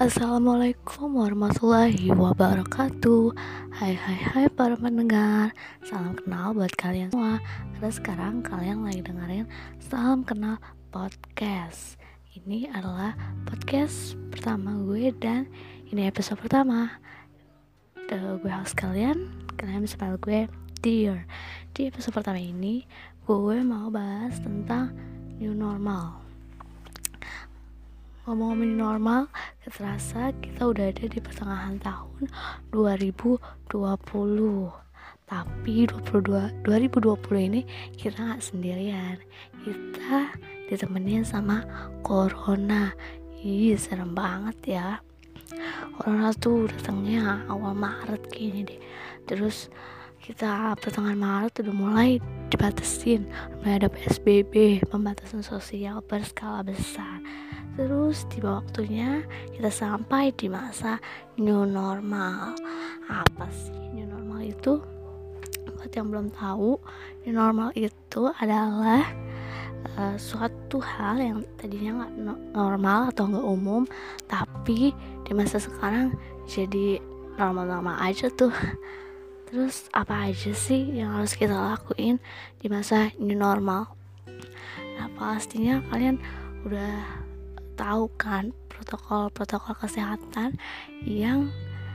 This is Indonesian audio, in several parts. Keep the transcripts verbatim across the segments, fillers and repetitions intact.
Assalamualaikum warahmatullahi wabarakatuh. Hai hai hai para pendengar. Salam kenal buat kalian semua. Karena sekarang kalian lagi dengerin Salam Kenal Podcast. Ini adalah podcast pertama gue dan ini episode pertama. Uh, gue host kalian. Kalian bisa panggil gue Dear. Di episode pertama ini gue mau bahas tentang new normal. Ngomong-ngomong new normal, terasa kita udah ada di pertengahan tahun dua ribu dua puluh. Tapi dua ribu dua puluh ini kita gak sendirian. Kita ditemenin sama Corona. Ih, serem banget ya. Corona tuh datangnya awal Maret kayaknya deh. Terus kita pertengahan Maret udah mulai dibatasin, mulai ada P S B B, pembatasan sosial berskala besar. Terus tiba waktunya kita sampai di masa new normal. Apa sih new normal itu? Buat yang belum tahu, new normal itu adalah uh, suatu hal yang tadinya nggak normal atau nggak umum, tapi di masa sekarang jadi normal-normal aja tuh. Terus apa aja sih yang harus kita lakuin di masa new normal? Nah, pastinya kalian udah tahu kan protokol-protokol kesehatan yang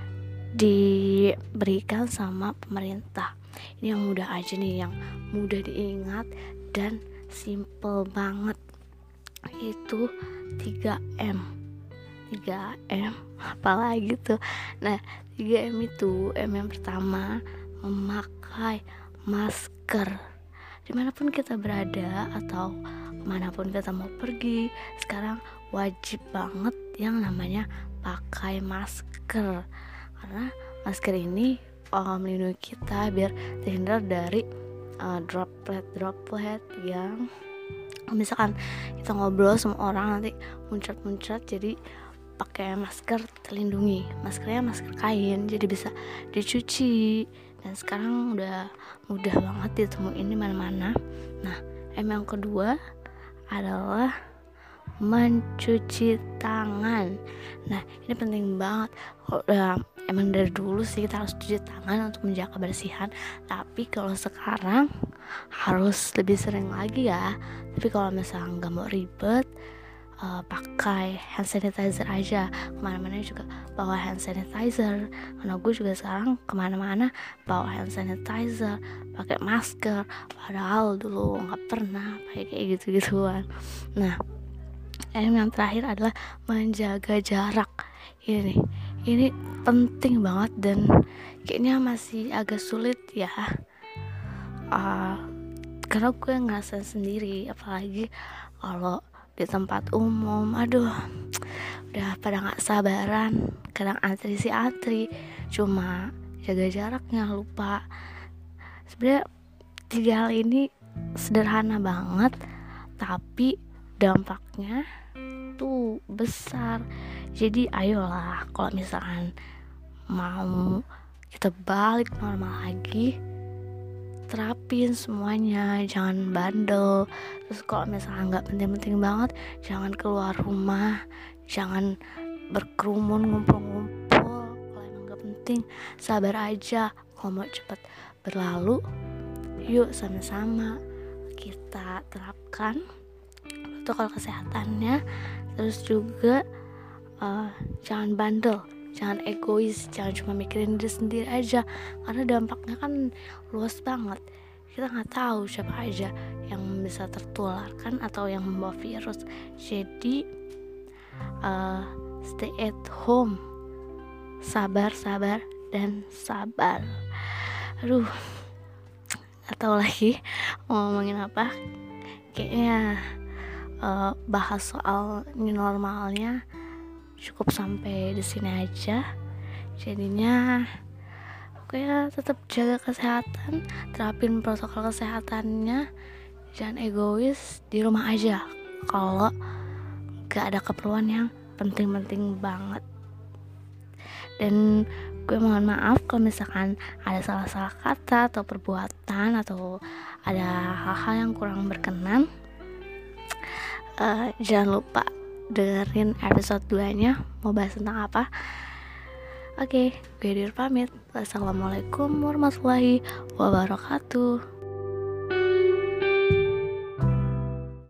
diberikan sama pemerintah. Ini yang mudah aja nih, yang mudah diingat dan simple banget. Itu tiga M. tiga M apalagi tuh. Nah, tiga M itu, M yang pertama memakai masker dimanapun kita berada atau kemanapun kita mau pergi. Sekarang wajib banget yang namanya pakai masker, karena masker ini uh, melindungi kita biar terhindar dari uh, droplet-droplet yang misalkan kita ngobrol sama orang nanti muncrat-muncrat. Jadi pakai masker terlindungi. Maskernya masker kain, jadi bisa dicuci, dan sekarang udah mudah banget ditemuin di mana-mana. Nah, M yang kedua adalah mencuci tangan. Nah, ini penting banget. Udah, emang dari dulu sih kita harus cuci tangan untuk menjaga kebersihan, tapi kalau sekarang harus lebih sering lagi ya. Tapi kalau misalnya nggak mau ribet, uh, pakai hand sanitizer aja. Kemana-mana juga bawa hand sanitizer, karena gue juga sekarang kemana-mana bawa hand sanitizer, pakai masker, padahal dulu nggak pernah pakai kayak gitu-gituan. Nah, M yang terakhir adalah menjaga jarak. Ini nih, ini penting banget dan kayaknya masih agak sulit ya. Uh, karena gue ngerasain sendiri, apalagi kalau di tempat umum, aduh, udah pada nggak sabaran. Kadang antri si antri, cuma jaga jaraknya lupa. Sebenarnya tiga hal ini sederhana banget, tapi dampaknya tuh besar. Jadi ayolah, kalau misalkan mau kita balik normal lagi, terapin semuanya, jangan bandel. Terus kalau misalkan nggak penting-penting banget, jangan keluar rumah, jangan berkerumun, ngumpul-ngumpul. Kalau emang nggak penting, sabar aja. Kalau mau cepet berlalu, yuk sama-sama kita terapkan protokol kesehatannya. Terus juga uh, jangan bandel, jangan egois, jangan cuma mikirin diri sendiri aja, karena dampaknya kan luas banget. Kita nggak tahu siapa aja yang bisa tertularkan atau yang membawa virus. Jadi uh, stay at home, sabar, sabar, dan sabar. Aduh, nggak tahu lagi mau ngomongin apa. Kayaknya uh, bahas soal new normalnya cukup sampai di sini aja. Jadinya pokoknya tetap jaga kesehatan, terapin protokol kesehatannya, jangan egois, di rumah aja kalau gak ada keperluan yang penting-penting banget. Dan gue mohon maaf kalau misalkan ada salah-salah kata atau perbuatan atau ada hal-hal yang kurang berkenan. Uh, jangan lupa dengerin episode dua nya mau bahas tentang apa. Oke, gue Dir pamit. Wassalamualaikum warahmatullahi wabarakatuh.